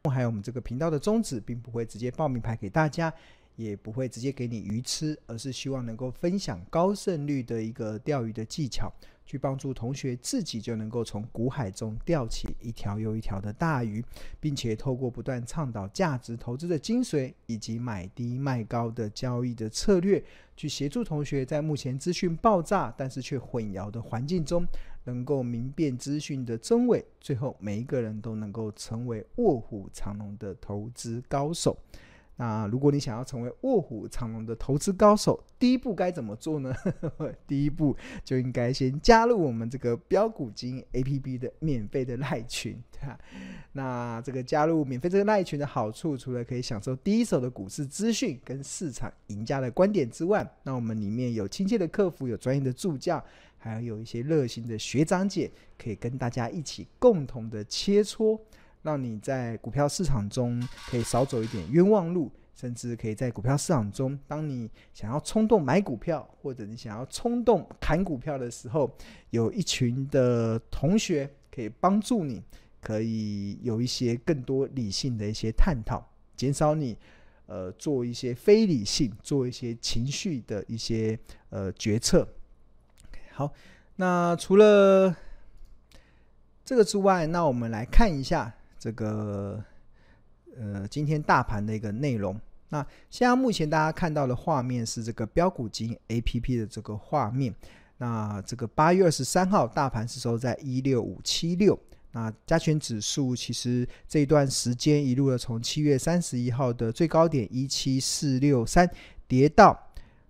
还有我们这个频道的宗旨，并不会直接报名牌给大家，也不会直接给你鱼吃，而是希望能够分享高胜率的一个钓鱼的技巧，去帮助同学自己就能够从股海中钓起一条又一条的大鱼，并且透过不断倡导价值投资的精髓，以及买低卖高的交易的策略，去协助同学在目前资讯爆炸但是却混淆的环境中，能够明辨资讯的真伪，最后每一个人都能够成为卧虎藏龙的投资高手。那如果你想要成为卧虎藏龙的投资高手，第一步该怎么做呢？第一步就应该先加入我们这个标股金 APP 的免费的赖群。那这个加入免费这个赖群的好处，除了可以享受第一手的股市资讯跟市场赢家的观点之外，那我们里面有亲切的客服，有专业的助教，还有一些热心的学长姐，可以跟大家一起共同的切磋，让你在股票市场中可以少走一点冤枉路，甚至可以在股票市场中，当你想要冲动买股票，或者你想要冲动砍股票的时候，有一群的同学可以帮助你，可以有一些更多理性的一些探讨，减少你做一些非理性，做一些情绪的一些决策。好，那除了这个之外，那我们来看一下这个今天大盘的一个内容。那现在目前大家看到的画面是这个标股金 APP 的这个画面。那这个8月23号大盘是收在16576，那加权指数其实这一段时间一路的从7月31号的最高点17463跌到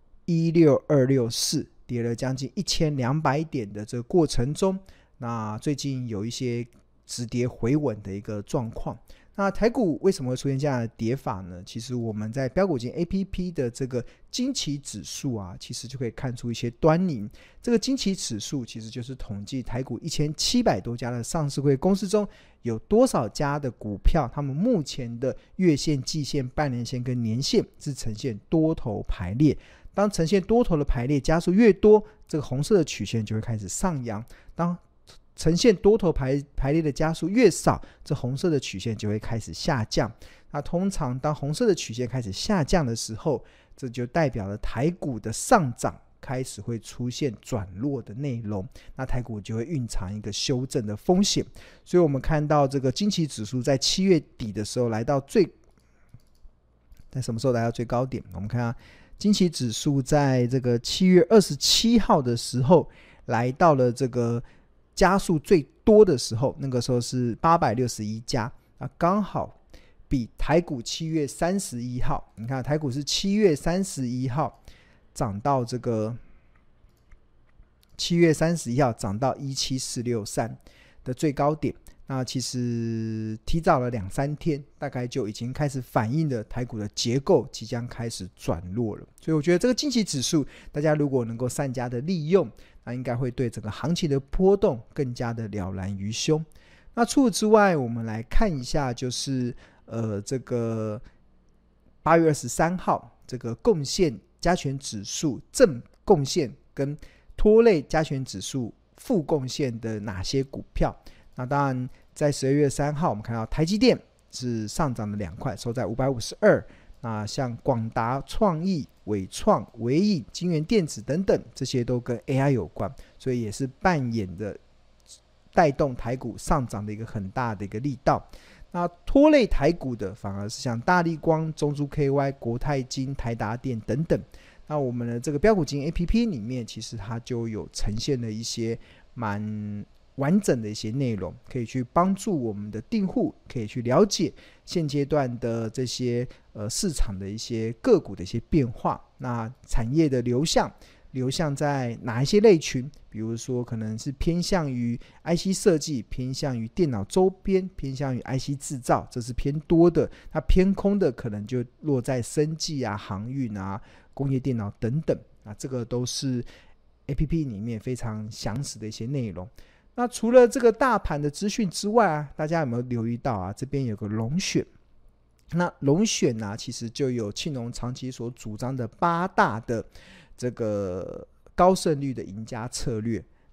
16264，跌了将近1200点的这个过程中，那最近有一些止跌回稳的一个状况。那台股为什么会出现这样的跌法呢？其实我们在标股金 APP 的这个惊奇指数啊，其实就可以看出一些端倪。这个惊奇指数其实就是统计台股1700多家的上市柜公司中，有多少家的股票，他们目前的月线、季线、半年线跟年线是呈现多头排列。当呈现多头的排列加速越多，这个红色的曲线就会开始上扬，当呈现多头 排列的加速越少，这红色的曲线就会开始下降。那通常当红色的曲线开始下降的时候，这就代表了台股的上涨开始会出现转弱的内容，那台股就会蕴藏一个修正的风险。所以我们看到这个惊奇指数在7月底的时候在什么时候来到最高点？我们看惊奇指数在这个7月27号的时候来到了这个加速最多的时候，那个时候是861家，刚好比台股7月31号，你看台股是7月31号涨到这个7月31号涨到17463的最高点，那其实提早了2-3天，大概就已经开始反映了台股的结构即将开始转弱了。所以我觉得这个惊奇指数，大家如果能够善加的利用，那应该会对整个行情的波动更加的了然于胸。那除此之外，我们来看一下，就是这个8月23号这个贡献加权指数正贡献跟拖累加权指数负贡献的哪些股票。那当然在12月3号我们看到台积电是上涨了2块，收在552。那像广达、创意、伟创、微影、晶圆电子等等，这些都跟 AI 有关，所以也是扮演的带动台股上涨的一个很大的一个力道。那拖累台股的反而是像大立光、中租 KY、国泰金、台达电等等。那我们的这个标股金 APP 里面，其实它就有呈现了一些蛮完整的一些内容，可以去帮助我们的订户可以去了解现阶段的这些市场的一些个股的一些变化，那产业的流向在哪一些类群，比如说可能是偏向于 IC 设计，偏向于电脑周边，偏向于 IC 制造，这是偏多的。那偏空的可能就落在生技啊、航运啊、工业电脑等等，那这个都是 APP 里面非常详实的一些内容。那除了这个大盘的资讯之外啊，大家有没有留意到啊？这边有个龙选，那龙选啊，其实就有庆隆长期所主张的8大的这个高胜率的赢家策略。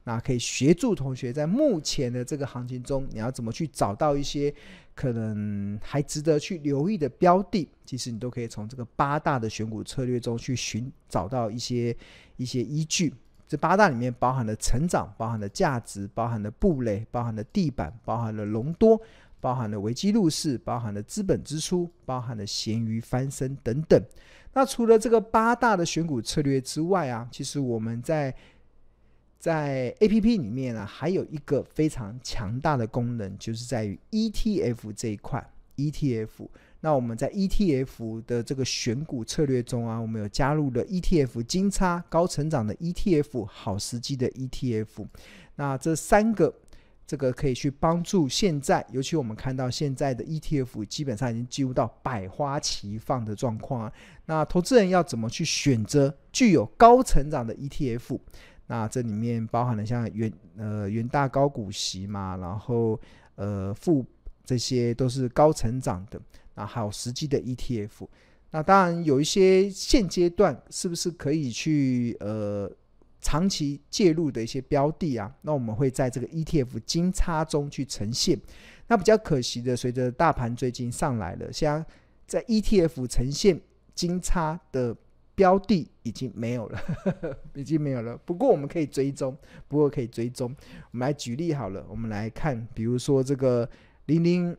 那可以协助同学在目前的这个行情中，你要怎么去找到一些可能还值得去留意的标的，其实你都可以从这个8大的选股策略中去找到一些依据。这8大里面包含了成长，包含了价值，包含了布雷，包含了地板，包含了隆多，包含了危机入市，包含了资本支出，包含了咸鱼翻身等等。那除了这个8大的选股策略之外啊，其实我们在 APP 里面啊，还有一个非常强大的功能，就是在于 ETF 这一块。ETF， 那我们在 ETF 的这个选股策略中啊，我们有加入了 ETF 金叉、高成长的 ETF、好时机的 ETF。那这3个这个可以去帮助现在，尤其我们看到现在的 ETF 基本上已经进入到百花齐放的状况啊。那投资人要怎么去选择具有高成长的 ETF？ 那这里面包含了像元大高股息嘛，然后这些都是高成长的，那还有实际的 ETF。 那当然有一些现阶段是不是可以去长期介入的一些标的啊，那我们会在这个 ETF 金叉中去呈现。那比较可惜的，随着大盘最近上来了，像在 ETF 呈现金叉的标的已经没有了已经没有了。不过我们可以追踪，我们来举例好了，我们来看，比如说这个0050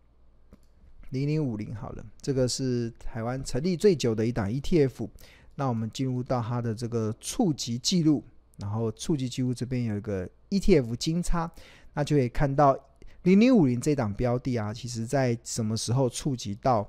好了，这个是台湾成立最久的一档 ETF。 那我们进入到它的这个触及记录，然后触及记录这边有一个 ETF 金叉，那就可以看到0050这档标的啊，其实在什么时候触及到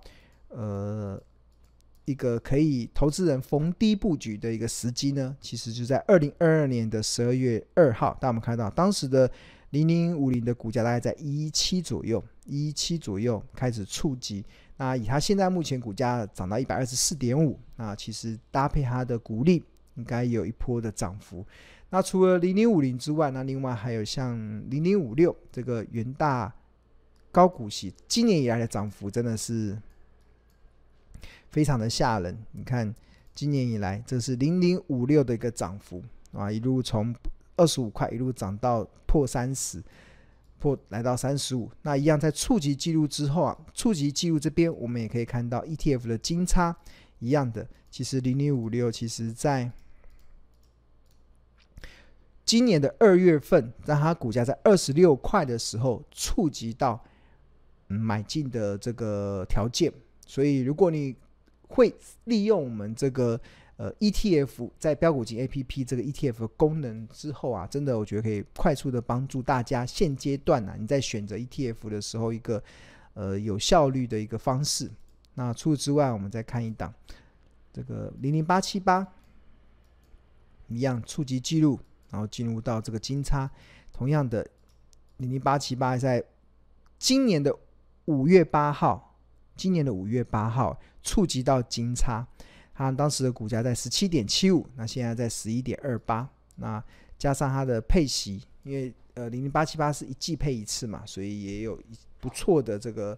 一个可以投资人逢低布局的一个时机呢？其实就在2022年的12月2号，大家有没有看到当时的0050的股价大概在117左右开始触及。那以它现在目前股价涨到 124.5， 那其实搭配它的股利应该有一波的涨幅。那除了0050之外，那另外还有像0056这个元大高股息，今年以来的涨幅真的是非常的吓人。你看今年以来这是0056的一个涨幅啊，一路从25块一路涨到破30，来到35。那一样在触及记录之后啊，触及记录这边我们也可以看到 ETF 的金叉一样的，其实0056其实在今年的2月份，让它股价在26块的时候触及到买进的这个条件。所以如果你会利用我们这个ETF 在标股金 APP 这个 ETF 的功能之后啊，真的我觉得可以快速的帮助大家现阶段啊，你在选择 ETF 的时候一个有效率的一个方式。那除此之外，我们再看一档这个00878，一样触及记录，然后进入到这个金叉，同样的00878在今年的5月8号触及到金叉，它当时的股价在 17.75， 那现在在 11.28， 那加上它的配息，因为00878是一季配一次嘛，所以也有不错的这个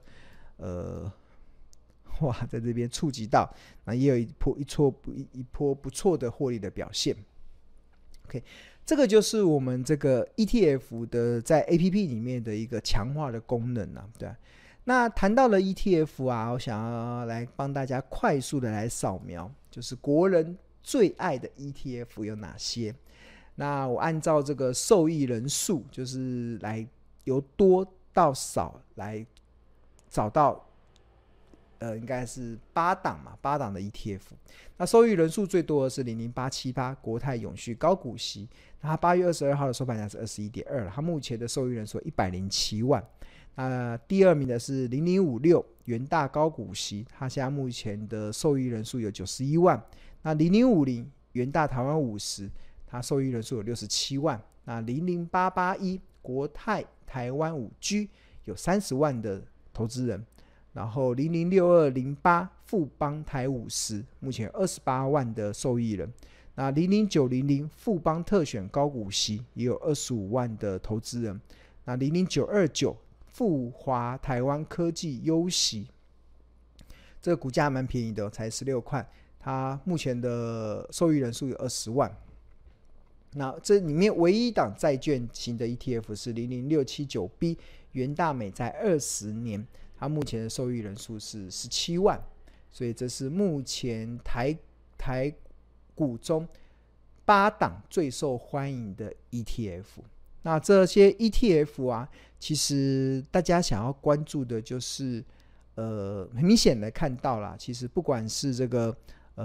在这边触及到，那也有一波不错的获利的表现。OK， 这个就是我们这个 ETF 的在 APP 里面的一个强化的功能啊，对啊。那谈到了 ETF 啊，我想要来帮大家快速的来扫描，就是国人最爱的 ETF 有哪些。那我按照这个受益人数，就是来由多到少来找到应该是8档的 ETF。 那受益人数最多的是00878国泰永续高股息，那它8月22号的收盘价是 21.2， 它目前的受益人数107万。第二名的是0056元大高股息，它现在目前的受益人数有91万。那0050元大台湾50，它受益人数有67万。那00881国泰台湾5G 有30万的投资人。然后006208富邦台50，目前有28万的受益人。那00900富邦特选高股息也有25万的投资人。那00929富华台湾科技优息，这个股价还蛮便宜的，才16块，它目前的受益人数有20万。 那这里面唯一一档债券型的 ETF 是00679B 元大美债20年，它目前的受益人数是17万，所以这是目前台股中8档最受欢迎的 ETF。 那这些 ETF 啊，其实大家想要关注的就是很明显的看到啦，其实不管是这个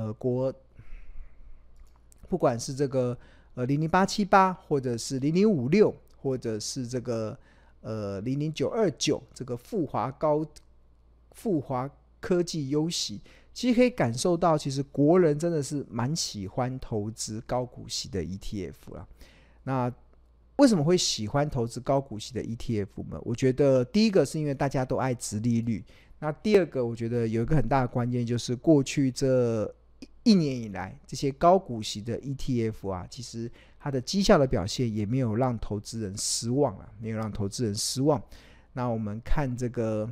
不管是这个00878或者是0056或者是这个00929这个富华科技优息，其实可以感受到其实国人真的是蛮喜欢投资高股息的 ETF 啦。那为什么会喜欢投资高股息的 ETF 呢？我觉得第一个是因为大家都爱殖利率，那第二个我觉得有一个很大的关键就是过去这一年以来，这些高股息的 ETF 啊，其实它的绩效的表现也没有让投资人失望啦，没有让投资人失望。那我们看这个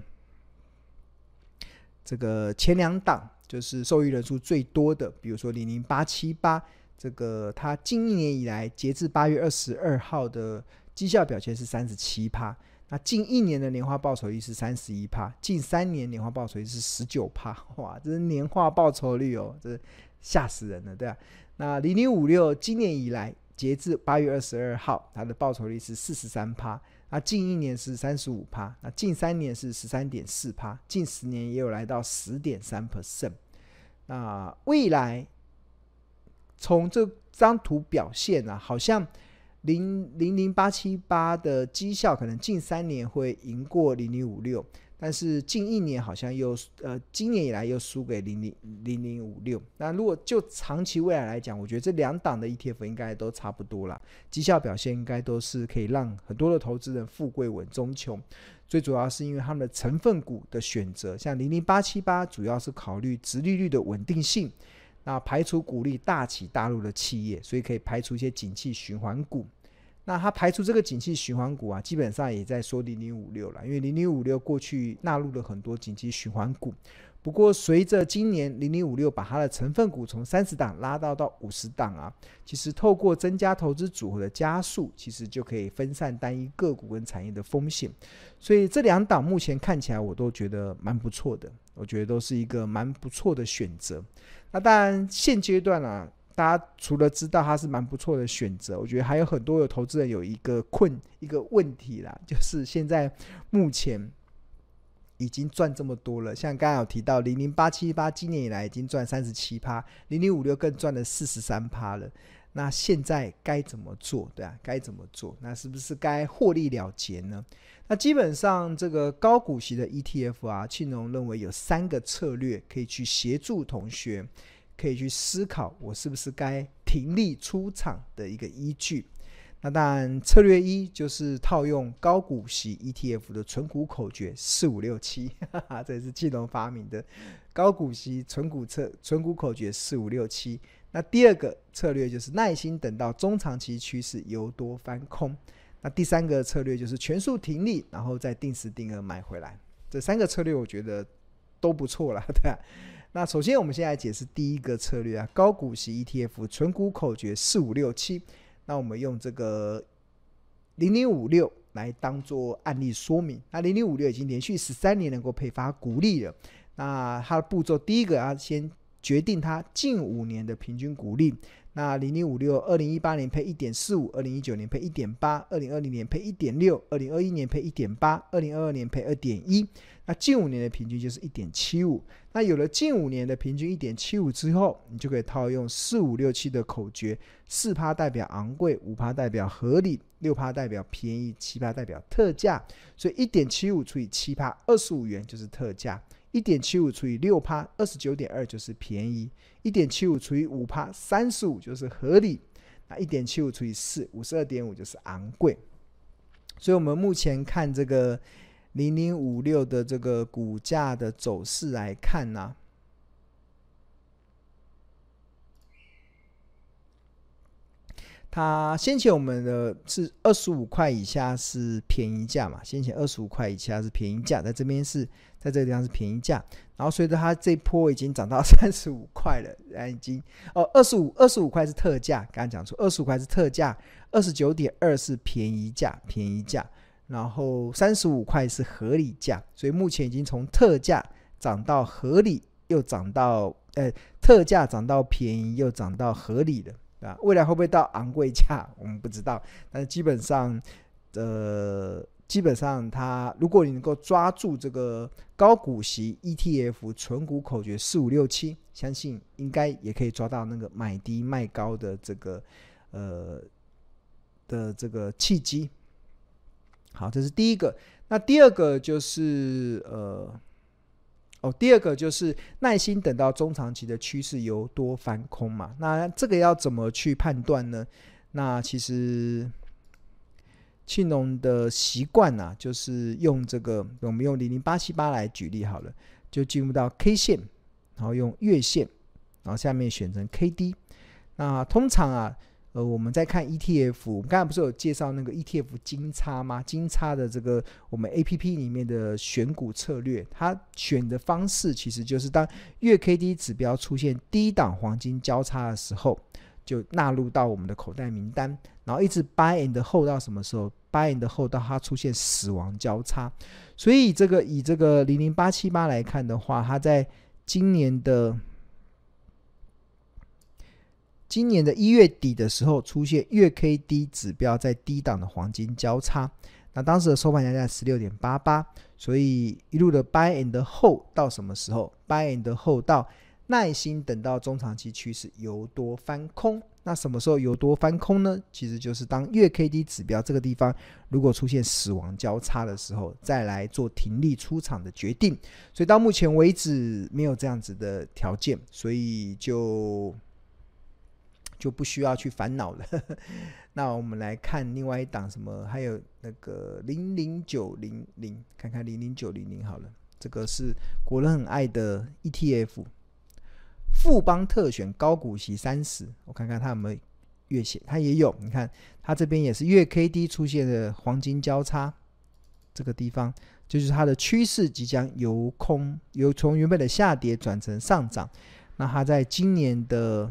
前2档就是受益人数最多的，比如说00878，这个它近1年以来截至8月22号的绩效表现是 37%， 那近1年的年化报酬率是 31%， 近3年年化报酬率是 19%， 哇，这是年化报酬率哦，这吓死人了，对吧？那0056今年以来截至8月22号，它的报酬率是 43%， 那近1年是 35%， 那近3年是 13.4%， 近10年也有来到 10.3%。 那未来从这张图表现啊，好像00878的绩效可能近3年会赢过0056，但是近1年好像今年以来又输给0056。那如果就长期未来来讲，我觉得这2档的 ETF 应该都差不多啦，绩效表现应该都是可以让很多的投资人富贵稳中求。最主要是因为他们的成分股的选择，像00878主要是考虑殖利率的稳定性，那排除鼓励大起大落的企业，所以可以排除一些景气循环股。那它排除这个景气循环股啊，基本上也在说0056了，因为0056过去纳入了很多景气循环股。不过随着今年0056把它的成分股从30档拉到50档啊，其实透过增加投资组合的加速，其实就可以分散单一个股跟产业的风险。所以这2档目前看起来我都觉得蛮不错的，我觉得都是一个蛮不错的选择。那当然现阶段啊，大家除了知道它是蛮不错的选择，我觉得还有很多的投资人有一个问题啦，就是现在目前已经赚这么多了，像刚才有提到00878今年以来已经赚 37%， 0056更赚了 43% 了。那现在该怎么做？对啊，该怎么做？那是不是该获利了结呢？那基本上这个高股息的 ETF 啊，庆农认为有3个策略可以去协助同学可以去思考我是不是该停利出场的一个依据。那当然策略1就是套用高股息 ETF 的存股口诀4567，这也是庆农发明的高股息存股口诀4567。那第2个策略就是耐心等到中长期趋势由多翻空。那第3个策略就是全数停利，然后再定时定额买回来。这3个策略我觉得都不错啦，对啊。那首先我们现在解释第1个策略啊，高股息 ETF 存股口诀4567。那我们用这个0056来当做案例说明。那0056已经连续13年能够配发股利了。那它的步骤第1个要先决定它近5年的平均股利。那0056 2018年配 1.45， 2019年配 1.8， 2020年配 1.6， 2021年配 1.8， 2022年配 2.1， 那近5年的平均就是 1.75。 那有了近5年的平均 1.75 之后，你就可以套用4567的口诀， 4% 代表昂贵， 5% 代表合理， 6% 代表便宜， 7% 代表特价。所以 1.75 除以 7% 25元就是特价， 1.75 除以 6% 29.2 就是便宜， 1.75 除以 5% 35就是合理，那 1.75 除以4 52.5 就是昂贵。所以我们目前看这个0056的这个股价的走势来看啊， 它先前我们的是25块以下是便宜价嘛，先前25块以下是便宜价，在这边是在这个地方是便宜价，然后随着它这一波已经涨到35块了，已经25块是特价，刚刚讲错，25块是特价，29.2 是便宜价，然后35块是合理价，所以目前已经从特价涨到合理，又涨到特价涨到便宜，又涨到合理了。未来会不会到昂贵价我们不知道，但是基本上它如果你能够抓住这个高股息 ETF 存股口诀4567，相信应该也可以抓到那个买低卖高的这个契机。好，这是第一个。那第二个就是耐心等到中长期的趋势由多翻空嘛。那这个要怎么去判断呢？那其实庆农的习惯啊，就是用这个，我们用00878来举例好了，就进入到 K 线，然后用月线，然后下面选成 KD。那通常啊，我们在看 ETF， 我们刚才不是有介绍那个 ETF 金叉吗？金叉的这个我们 APP 里面的选股策略，它选的方式其实就是当月 KD 指标出现低档黄金交叉的时候，就纳入到我们的口袋名单，然后一直 buy and hold 到什么时候 ？buy and hold 到它出现死亡交叉。所以以这个00878来看的话，它在今年的1月底的时候出现月 KD 指标在低档的黄金交叉，那当时的收盘价在 16.88， 所以一路的 buy and hold 到什么时候？ buy and hold 到耐心等到中长期趋势由多翻空。那什么时候由多翻空呢？其实就是当月 KD 指标这个地方如果出现死亡交叉的时候，再来做停利出场的决定。所以到目前为止没有这样子的条件，所以就不需要去烦恼了那我们来看另外一档什么，还有那个00900，看看00900好了，这个是国人很爱的 ETF， 富邦特选高股息30，我看看它有没有月线，它也有，你看它这边也是月 KD 出现的黄金交叉，这个地方就是它的趋势即将由从原本的下跌转成上涨。那它在今年的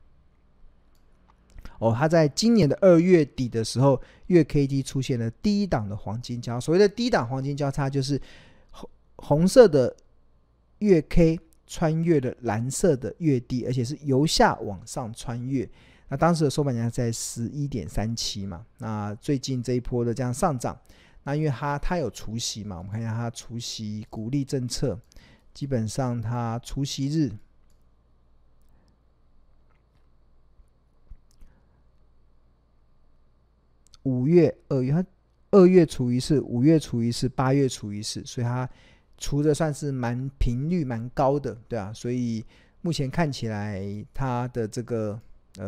2月底的时候，月 KD 出现了低档的黄金交叉。所谓的低档黄金交叉，就是红色的月 K 穿越了蓝色的月低，而且是由下往上穿越。那当时的收盘价在 11.37 嘛。那最近这一波的这样上涨，那因为它有除息嘛，我们看一下它除息鼓励政策，基本上它除息日5月、2月，它2月除一次，5月除一次，8月除一次，所以它除的算是频率蛮高的，对啊，所以目前看起来它的这个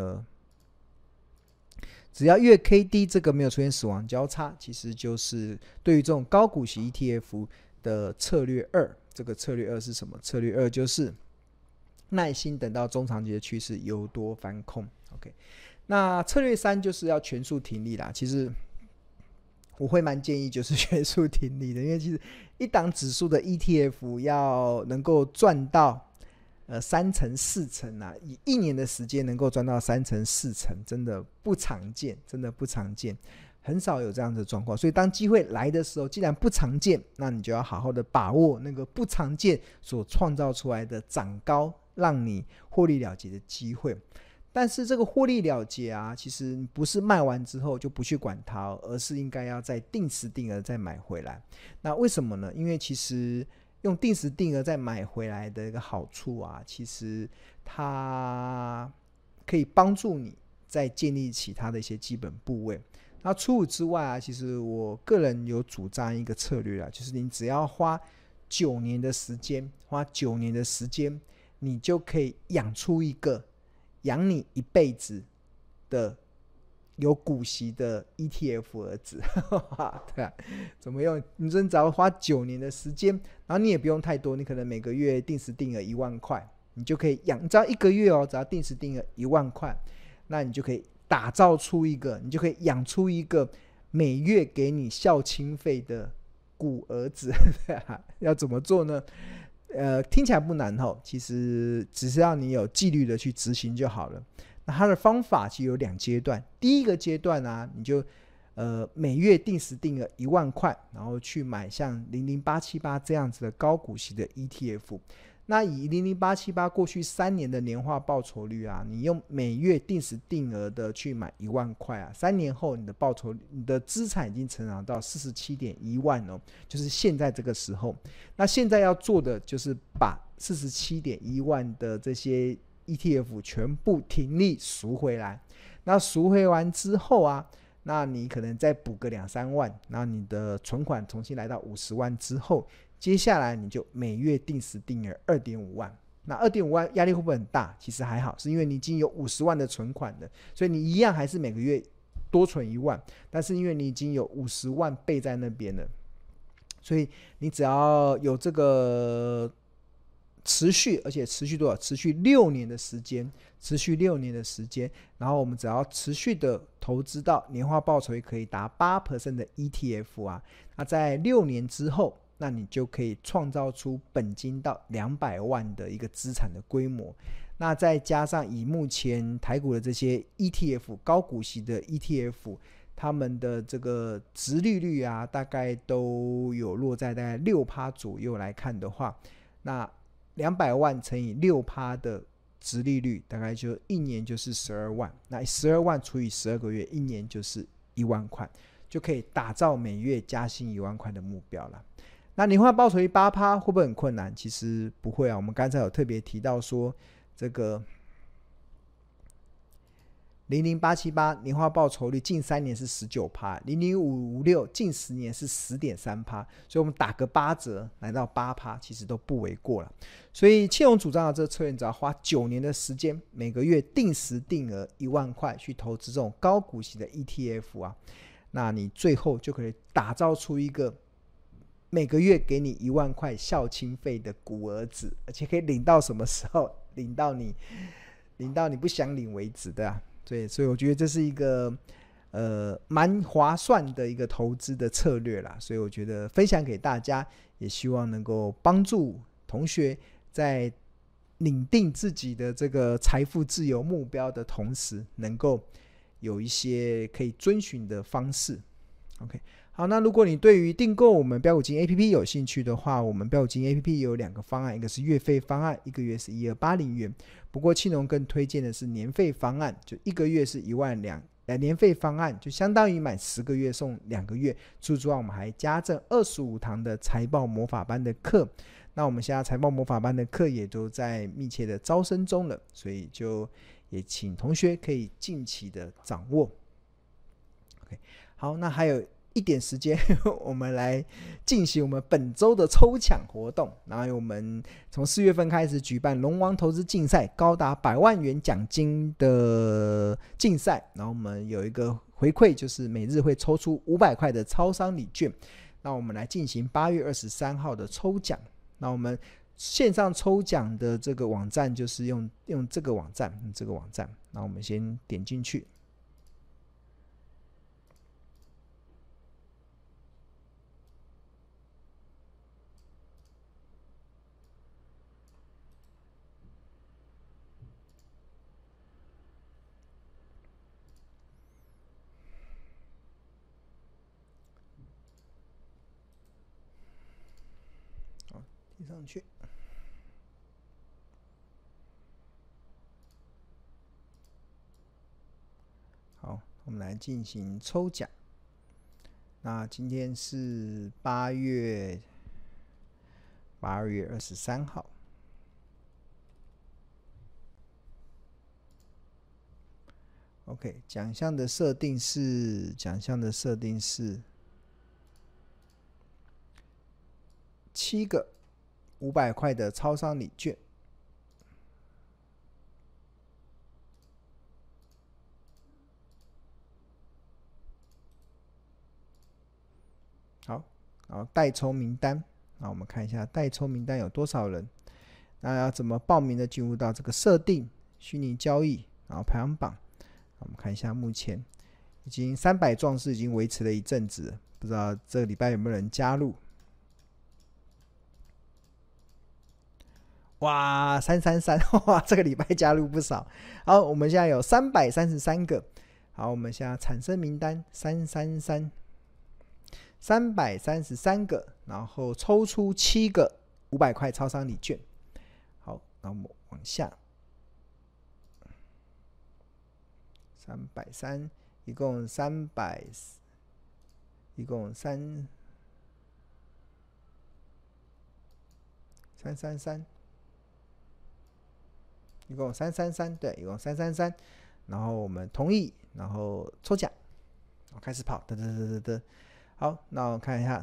只要月 KD 这个没有出现死亡交叉，其实就是对于这种高股息 ETF 的策略2。这个策略2是什么？策略2就是耐心等到中长期的趋势由多翻空。OK， 那策略3就是要全数停利啦。其实我会蛮建议就是全数停利的，因为其实一档指数的 ETF 要能够赚到3成4成啊，以1年的时间能够赚到3成4成，真的不常见，很少有这样的状况。所以当机会来的时候，既然不常见，那你就要好好的把握那个不常见所创造出来的涨高让你获利了结的机会。但是这个获利了结啊，其实不是卖完之后就不去管它，而是应该要再定时定额再买回来。那为什么呢？因为其实用定时定额再买回来的一个好处啊，其实它可以帮助你再建立起它的一些基本部位。那除此之外啊，其实我个人有主张一个策略啊，就是你只要花9年的时间，你就可以养出一个养你一辈子的有股息的 ETF 儿子对啊，怎么用？你只要花9年的时间，然后你也不用太多，你可能每个月定时定额1万块，你就可以养，只要1个月只要定时定额1万块，那你就可以打造出一个，你就可以养出一个每月给你孝亲费的古儿子。要怎么做呢？听起来不难吼，其实只是要你有纪律的去执行就好了。那它的方法其实有2阶段，第一个阶段啊，你就每月定时定额1万块，然后去买像00878这样子的高股息的 ETF。那以00878过去3年的年化报酬率啊，你用每月定时定额的去买1万块啊，3年后你的报酬，你的资产已经成长到 47.1 万哦，就是现在这个时候。那现在要做的就是把 47.1 万的这些 ETF 全部停利赎回来。那赎回完之后啊，那你可能再补个2-3万，那你的存款重新来到50万之后，接下来你就每月定时定额 2.5 万。那 2.5 万压力会不会很大？其实还好，是因为你已经有50万的存款了，所以你一样还是每个月多存1万，但是因为你已经有50万备在那边了，所以你只要有这个持续，而且持续多少？持续6年的时间，然后我们只要持续的投资到年化报酬也可以达 8% 的 ETF 啊，那在6年之后，那你就可以创造出本金到200万的一个资产的规模。那再加上以目前台股的这些 ETF 高股息的 ETF， 他们的这个殖利率啊，大概都有落在大概 6% 左右来看的话，那200万乘以 6% 的殖利率，大概就1年就是12万，那12万除以12个月，1年就是1万块，就可以打造每月加薪1万块的目标了。那年化报酬率 8% 会不会很困难？其实不会啊，我们刚才有特别提到说，这个00878年化报酬率近3年是 19%， 00556近10年是 10.3%， 所以我们打个8折来到 8%， 其实都不为过了。所以庆荣主张的这个策略，只要花9年的时间，每个月定时定额1万块去投资这种高股息的 ETF 啊，那你最后就可以打造出一个每个月给你1万块孝亲费的古儿子，而且可以领到什么时候？领到你不想领为止的啊。对，所以我觉得这是一个蛮划算的一个投资的策略啦，所以我觉得分享给大家，也希望能够帮助同学在拟定自己的这个财富自由目标的同时，能够有一些可以遵循的方式。 OK， 好，那如果你对于订购我们标股金 APP 有兴趣的话，我们标股金 APP 有2个方案，一个是月费方案，一个月是1280元。不过庆荣更推荐的是年费方案，就1个月是1万2，年费方案就相当于买10个月送2个月。除此之外，我们还加赠25堂的财报魔法班的课。那我们现在财报魔法班的课也都在密切的招生中了，所以就也请同学可以近期的掌握。OK， 好，那还有一点时间我们来进行我们本周的抽奖活动。然后我们从4月份开始举办龙王投资竞赛，高达100万元奖金的竞赛，然后我们有一个回馈，就是每日会抽出500块的超商礼券。那我们来进行8月23号的抽奖。那我们线上抽奖的这个网站就是用这个网站，那我们先点进去。贴上去。好，我们来进行抽奖。那今天是8月23号。OK， 奖项的设定是7个500块的超商礼券。好，然后代抽名单，那我们看一下代抽名单有多少人。那要怎么报名的？进入到这个设定、虚拟交易，然后排行榜， 我们看一下，目前已经300壮士已经维持了一阵子了，不知道这个礼拜有没有人加入。哇，333，哇，这个礼拜加入不少。好，我们现在有333个。好，我们现在产生名单333个，然后抽出7个500块超商礼券。好，那我们往下，330，一共300，一共333，一共333，对，一共333。然后我们同意，然后抽奖，我开始跑，噔噔噔噔噔。好，那我看一下，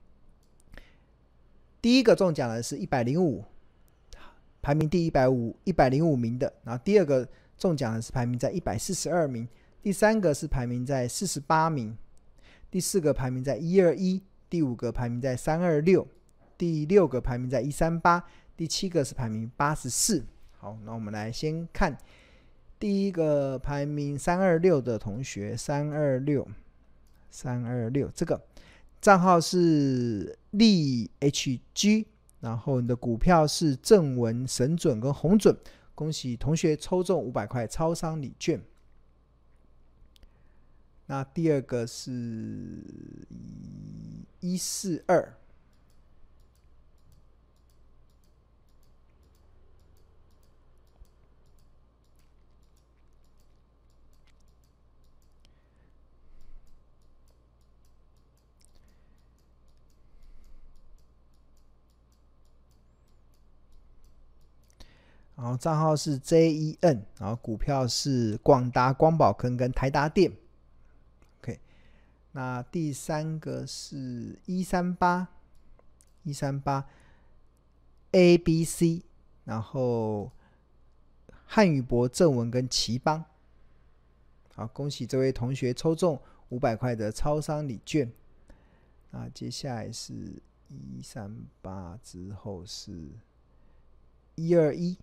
第一个中奖的是105，排名第105名的。然后第二个中奖的是排名在142名，第三个是排名在48名，第四个排名在121，第五个排名在326，第六个排名在138，第七个是排名84。好，那我们来先看第一个排名326的同学，326，这个账号是利 HG， 然后你的股票是正文、神准跟红准，恭喜同学抽中500块超商礼券。那第二个是142。然后账号是 JEN， 然后股票是广达、光宝科跟台达电。OK， 那第三个是138 ABC， 然后汉语博、正文跟奇邦。好，恭喜这位同学抽中500块的超商礼券。那接下来是138之后是121。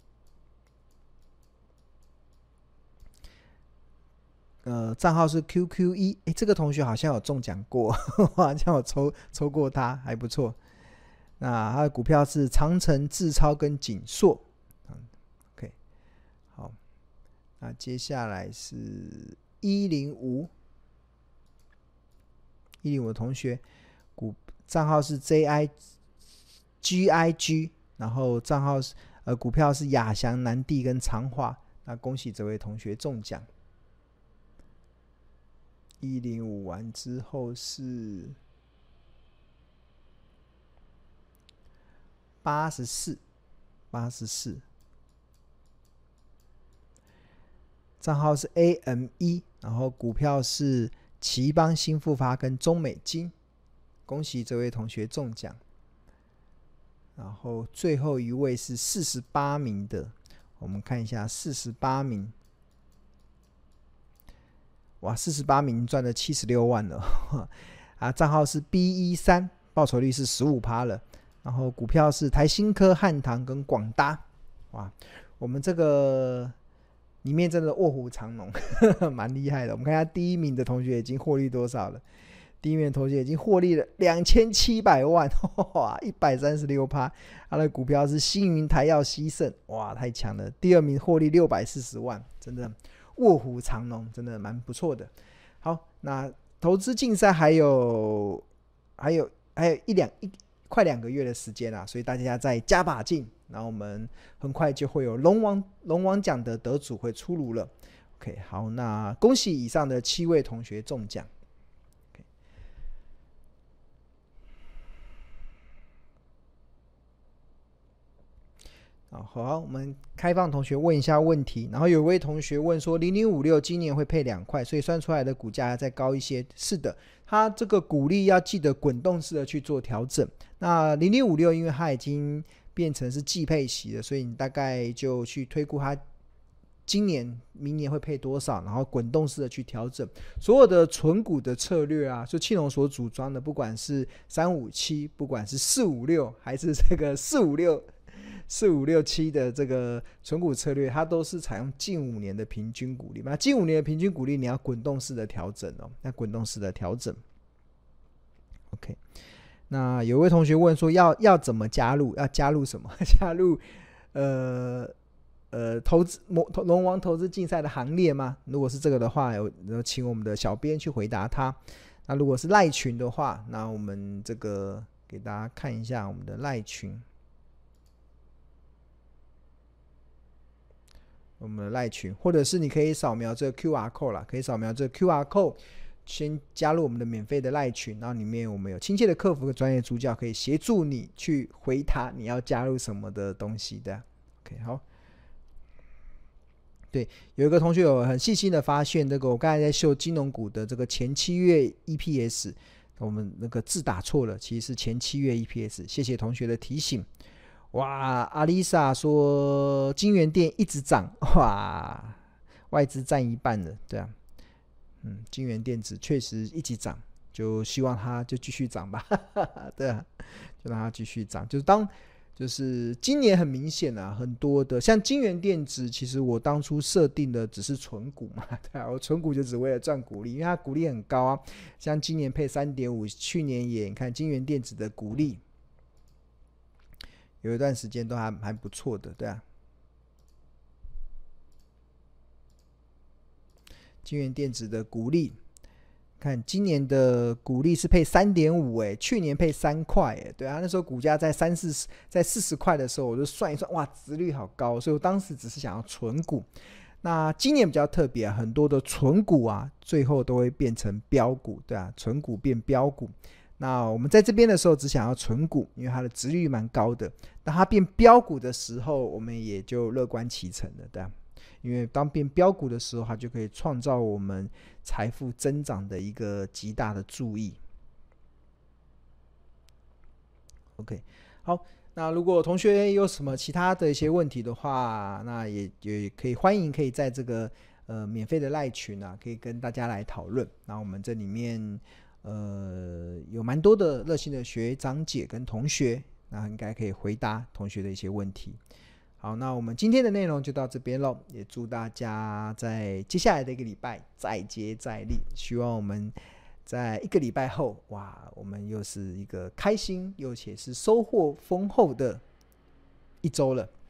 账号是 QQ1， 这个同学好像有中奖过，好像有抽过他，还不错。那他的股票是长城、智超跟景硕。OK， 好，那接下来是105的同学，账号是 GIG， 然后账号是股票是亚翔、南地跟长华。那恭喜这位同学中奖。105完之后是84，账号是 AM1， 然后股票是奇邦、新复发跟中美金，恭喜这位同学中奖。然后最后一位是48名的，我们看一下48名。哇，48名赚了76万了啊！账号是 B13， 报酬率是 15% 了。然后股票是台新科、汉唐跟广达。哇，我们这个里面真的卧虎藏龙，蛮厉害的。我们看一下第一名的同学已经获利多少了。第一名的同学已经获利了2700万，哇，136%。他的股票是星云、台药、西盛，哇，太强了。第二名获利640万，真的卧虎藏龙，真的蛮不错的。好，那投资竞赛还有快2个月的时间啦，所以大家再加把劲。然后我们很快就会有龙王奖的得主会出炉了。OK， 好，那恭喜以上的7位同学中奖。好，我们开放同学问一下问题。然后有位同学问说0056今年会配2块，所以算出来的股价要再高一些。是的，它这个股利要记得滚动式的去做调整。那0056因为它已经变成是季配息了，所以你大概就去推估它今年明年会配多少，然后滚动式的去调整。所有的存股的策略啊，就庆隆所主张的，不管是357，不管是456，还是这个456 4、5、6、7的这个存股策略，它都是采用近5年的平均股利嘛。近5年的平均股利，你要滚动式的调整哦，那滚动式的调整。OK， 那有位同学问说要怎么加入？要加入什么？加入投资龙王投资竞赛的行列吗？如果是这个的话，请我们的小编去回答他。那如果是赖群的话，那我们这个给大家看一下我们的赖群。我们的赖群，或者是你可以扫描这个 QR code 啦，可以扫描这个 QR code， 先加入我们的免费的赖群，然后里面我们有亲切的客服和专业助教，可以协助你去回答你要加入什么的东西的。OK， 好。对，有一个同学有很细心的发现，这个我刚才在秀金融股的这个前7月 EPS， 我们那个字打错了，其实是前7月 EPS， 谢谢同学的提醒。哇，阿丽莎说金源店一直涨，哇，外资占一半了，对啊，金源电子确实一直涨，就希望它就继续涨吧，对啊，就让它继续涨，就是今年很明显啊，很多的像金源电子，其实我当初设定的只是存股嘛，对啊，我存股就只为了赚股利，因为它股利很高啊，像今年配 3.5， 去年也你看金源电子的股利有一段时间都还不错的，对啊。金源电子的股利，看今年的股利是配 3.5 去年配3块对啊，那时候股价在40块的时候，我就算一算，哇，殖率好高，所以我当时只是想要存股。那今年比较特别很多的存股啊，最后都会变成标股，对啊，存股变标股。那我们在这边的时候只想要存股，因为它的殖利率蛮高的。当它变标股的时候，我们也就乐观其成了，对啊。因为当变标股的时候，它就可以创造我们财富增长的一个极大的注意。OK， 好，那如果同学有什么其他的一些问题的话，那也可以欢迎可以在这个免费的赖群啊，可以跟大家来讨论。那我们这里面有蛮多的热心的学长姐跟同学，那应该可以回答同学的一些问题。好，那我们今天的内容就到这边咯，也祝大家在接下来的一个礼拜再接再厉，希望我们在1个礼拜后，哇，我们又是一个开心又且是收获丰厚的一周了。